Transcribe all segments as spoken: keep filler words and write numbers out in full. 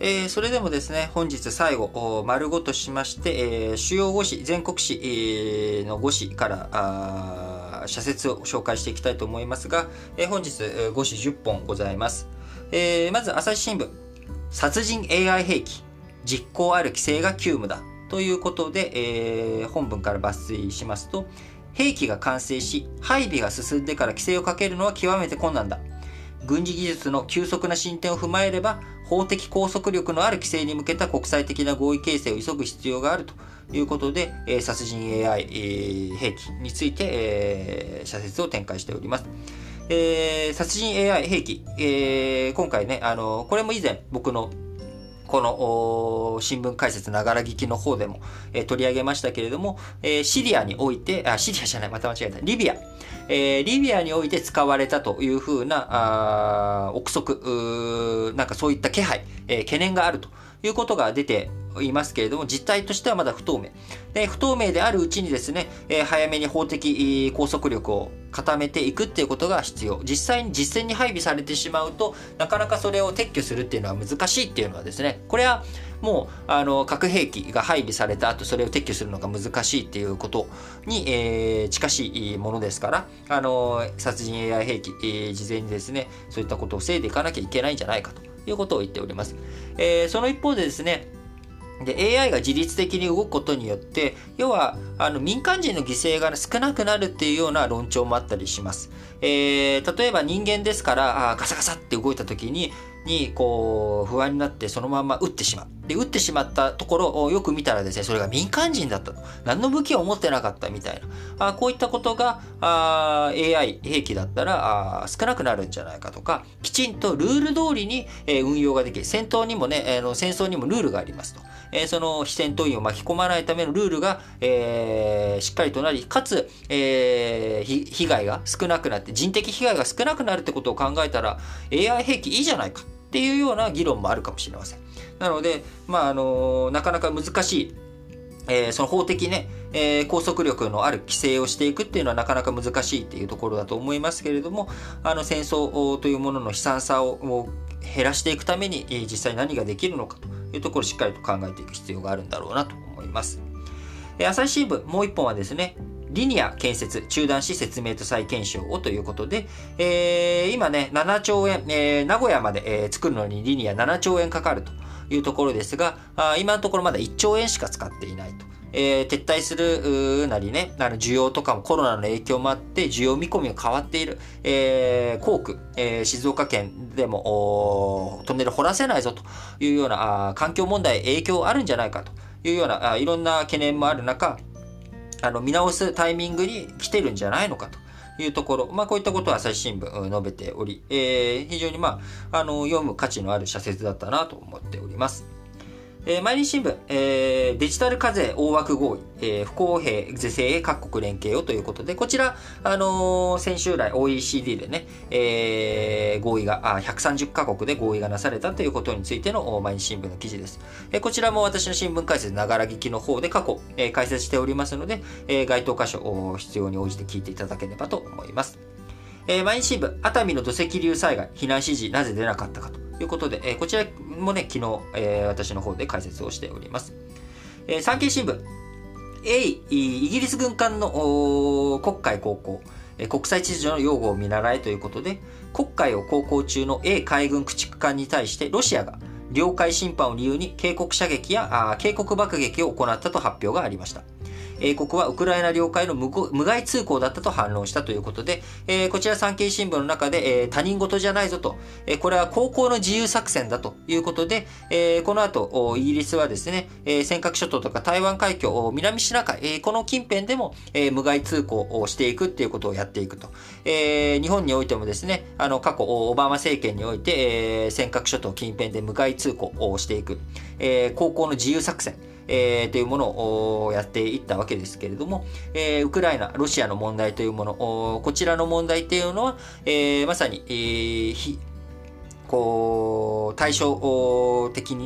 えー、それでもですね、本日最後、丸ごとしまして、えー、主要ご誌、全国紙、えー、のご誌から社説を紹介していきたいと思いますが、えー、本日ご誌じゅっぽんございます。えー、まず、朝日新聞、殺人 エーアイ 兵器、実効ある規制が急務だ。ということで、えー、本文から抜粋しますと、兵器が完成し、配備が進んでから規制をかけるのは極めて困難だ。軍事技術の急速な進展を踏まえれば、法的拘束力のある規制に向けた国際的な合意形成を急ぐ必要があるということで、えー、殺人 エーアイ、えー、兵器について、えー、社説を展開しております。えー、殺人 エーアイ 兵器、えー、今回ね、あの、これも以前僕のこの新聞解説ながら聞きの方でも、えー、取り上げましたけれども、えー、シリアにおいて、あ、シリアじゃない、また間違えた、リビア。えー、リビアにおいて使われたというふうな、あ憶測、なんかそういった気配、えー、懸念があるということが出ていますけれども、実態としてはまだ不透明。で、不透明であるうちにですね、えー、早めに法的拘束力を固めていくっていうことが必要。実際に実戦に配備されてしまうと、なかなかそれを撤去するっていうのは難しいっていうのはですね、これはもう、あの、核兵器が配備された後、それを撤去するのが難しいっていうことに、えー、近しいものですから、あの、殺人 エーアイ 兵器、えー、事前にですね、そういったことを防いでいかなきゃいけないんじゃないかということを言っております。えー、その一方でですね、で エーアイ が自律的に動くことによって要はあの民間人の犠牲が少なくなるっていうような論調もあったりします。えー、例えば人間ですからあガサガサって動いた時ににこう不安になってそのまま撃ってしまう。で撃ってしまったところをよく見たらですね、それが民間人だったと、何の武器を持ってなかったみたいな、あこういったことがあ エーアイ 兵器だったらあ少なくなるんじゃないかとか、きちんとルール通りに、えー、運用ができる。戦闘にもね、えー、の戦争にもルールがありますと。えー、その非戦闘員を巻き込まないためのルールが、えー、しっかりとなり、かつ、えー、被害が少なくなって、人的被害が少なくなるってことを考えたら、エーアイ 兵器いいじゃないかっていうような議論もあるかもしれません。なので、まああのー、なかなか難しい、えー、その法的ね、えー、拘束力のある規制をしていくっていうのはなかなか難しいっていうところだと思いますけれども、あの戦争というものの悲惨さを減らしていくために、えー、実際何ができるのかというところをしっかりと考えていく必要があるんだろうなと思います。えー、朝日新聞もう一本はですね、リニア建設中断し説明と再検証をということで、えー、今ねななちょうえん、えー、名古屋まで、えー、作るのにリニアななちょうえんかかるというところですが、あ今のところまだいっちょうえんしか使っていないと。えー、撤退するなりね、あの需要とかもコロナの影響もあって需要見込みが変わっている、えー、航空、えー、静岡県でもトンネル掘らせないぞというようなあ環境問題影響あるんじゃないかというようなあいろんな懸念もある中、あの見直すタイミングに来てるんじゃないのかというところ、まあ、こういったことを朝日新聞述べており、えー、非常に、まあ、あの読む価値のある社説だったなと思っております。えー、毎日新聞、えー、デジタル課税大枠合意、えー、不公平是正へ各国連携をということで、こちら、あのー、先週来 オーイーシーディー でね、えー、合意があ、ひゃくさんじゅっかこくで合意がなされたということについての毎日新聞の記事です。えー、こちらも私の新聞解説ながら聞きの方で過去、えー、解説しておりますので、えー、該当箇所必要に応じて聞いていただければと思います。えー、毎日新聞、熱海の土石流災害、避難指示なぜ出なかったかということで、えー、こちらもね、昨日、えー、私の方で解説をしております。えー、産経新聞、エイ、イギリス軍艦の黒海航行、えー、国際秩序の擁護を見習えということで、黒海を航行中の A 海軍駆逐艦に対してロシアが領海侵犯を理由に警告射撃やあ警告爆撃を行ったと発表がありました。英国はウクライナ領海の無害通行だったと反論したということで、えー、こちら産経新聞の中で、えー、他人事じゃないぞと、えー、これは航行の自由作戦だということで、えー、この後イギリスはですね、えー、尖閣諸島とか台湾海峡、南シナ海、えー、この近辺でも、えー、無害通行をしていくっていうことをやっていくと、えー、日本においてもですね、あの過去オバマ政権において、えー、尖閣諸島近辺で無害通行をしていく、えー、航行の自由作戦えー、というものをやっていったわけですけれども、えー、ウクライナ、ロシアの問題というもの、こちらの問題というのは、えー、まさに、えー、こう対照的にね、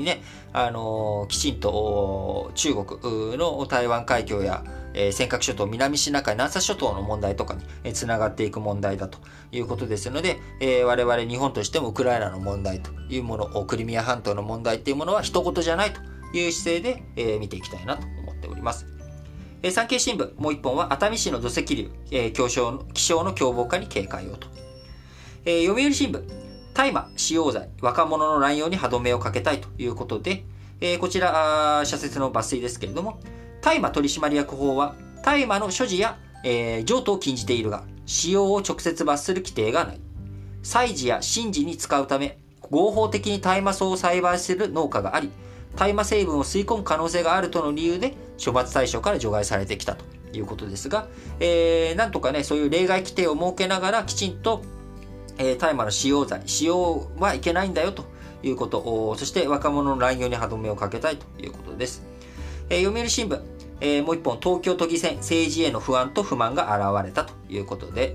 あのー、きちんと中国の台湾海峡やえー、尖閣諸島、南シナ海、南沙諸島の問題とかに、えー、つながっていく問題だということですので、えー、我々日本としてもウクライナの問題というもの、クリミア半島の問題っていうものは一言じゃないという姿勢で、えー、見ていきたいなと思っております。えー、産経新聞、もう一本は熱海市の土石流、えー、気象の気象の凶暴化に警戒をと。えー、読売新聞、大麻使用罪、若者の乱用に歯止めをかけたいということで、えー、こちら、社説の抜粋ですけれども、大麻取締役法は大麻の所持や、えー、譲渡を禁じているが、使用を直接罰する規定がない。祭事や神事に使うため、合法的に大麻草を栽培する農家があり、大麻成分を吸い込む可能性があるとの理由で処罰対象から除外されてきたということですが、えー、なんとかね、そういう例外規定を設けながらきちんと、えー、大麻の使用罪、使用はいけないんだよということ、そして若者の乱用に歯止めをかけたいということです。えー、読売新聞、えー、もう一本、東京都議選、政治への不安と不満が現れたということです。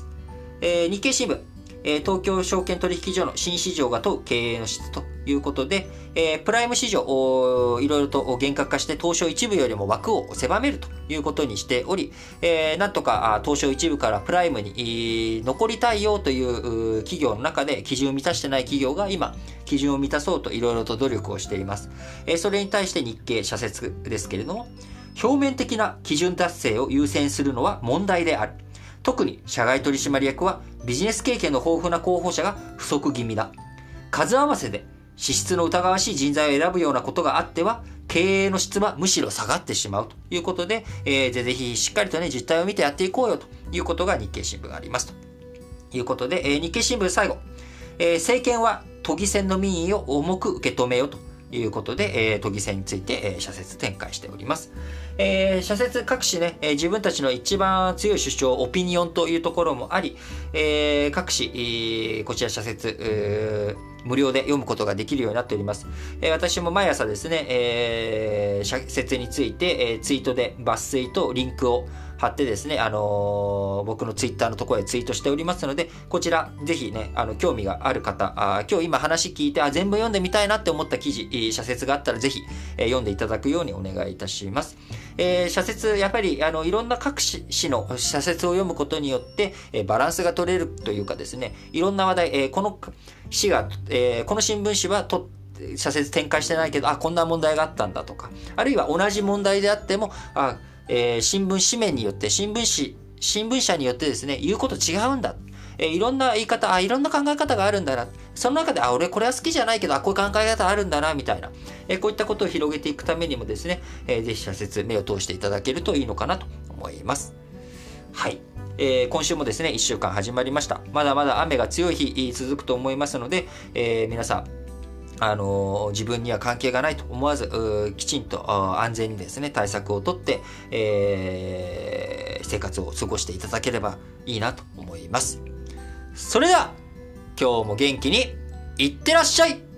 えー、日経新聞、えー、東京証券取引所の新市場が問う経営の質ということで、えー、プライム市場をいろいろと厳格化して東証一部よりも枠を狭めるということにしており、えー、なんとか東証一部からプライムに残りたいよという企業の中で基準を満たしてない企業が今基準を満たそうといろいろと努力をしています。えー、それに対して日経社説ですけれども、表面的な基準達成を優先するのは問題である。特に社外取締役はビジネス経験の豊富な候補者が不足気味だ。数合わせで資質の疑わしい人材を選ぶようなことがあっては経営の質はむしろ下がってしまうということで、えー、ぜひしっかりとね実態を見てやっていこうよということが日経新聞がありますということで、えー、日経新聞最後、えー、政権は都議選の民意を重く受け止めようということで、えー、都議選について、えー、社説展開しております。えー、社説各紙ね、えー、自分たちの一番強い主張、オピニオンというところもあり、えー、各紙、えー、こちら社説、えー無料で読むことができるようになっております。えー、私も毎朝ですね、えー、社説について、えー、ツイートで抜粋とリンクを貼ってですね、あのー、僕のツイッターのところへツイートしておりますので、こちらぜひね、あの興味がある方、あ今日今話聞いてあ全部読んでみたいなって思った記事、社説があったらぜひ、えー、読んでいただくようにお願いいたします。えー、社説やっぱりあのいろんな各紙の社説を読むことによって、えー、バランスが取れるというかですね、いろんな話題、えー、この紙が、えー、この新聞紙はと社説展開してないけど、あこんな問題があったんだとか、あるいは同じ問題であっても、あ、えー、新聞紙面によって新聞紙新聞社によってですね言うこと違うんだ。えー、いろんな言い方、あ、いろんな考え方があるんだな。その中で、あ、俺これは好きじゃないけど、あ、こういう考え方あるんだな、みたいな。えー、こういったことを広げていくためにもですね、えー、ぜひ社説、目を通していただけるといいのかなと思います。はい。えー、今週もですね、いっしゅうかん始まりました。まだまだ雨が強い日続くと思いますので、えー、皆さん、あのー、自分には関係がないと思わず、きちんと安全にですね、対策をとって、えー、生活を過ごしていただければいいなと思います。それでは、今日も元気にいってらっしゃい。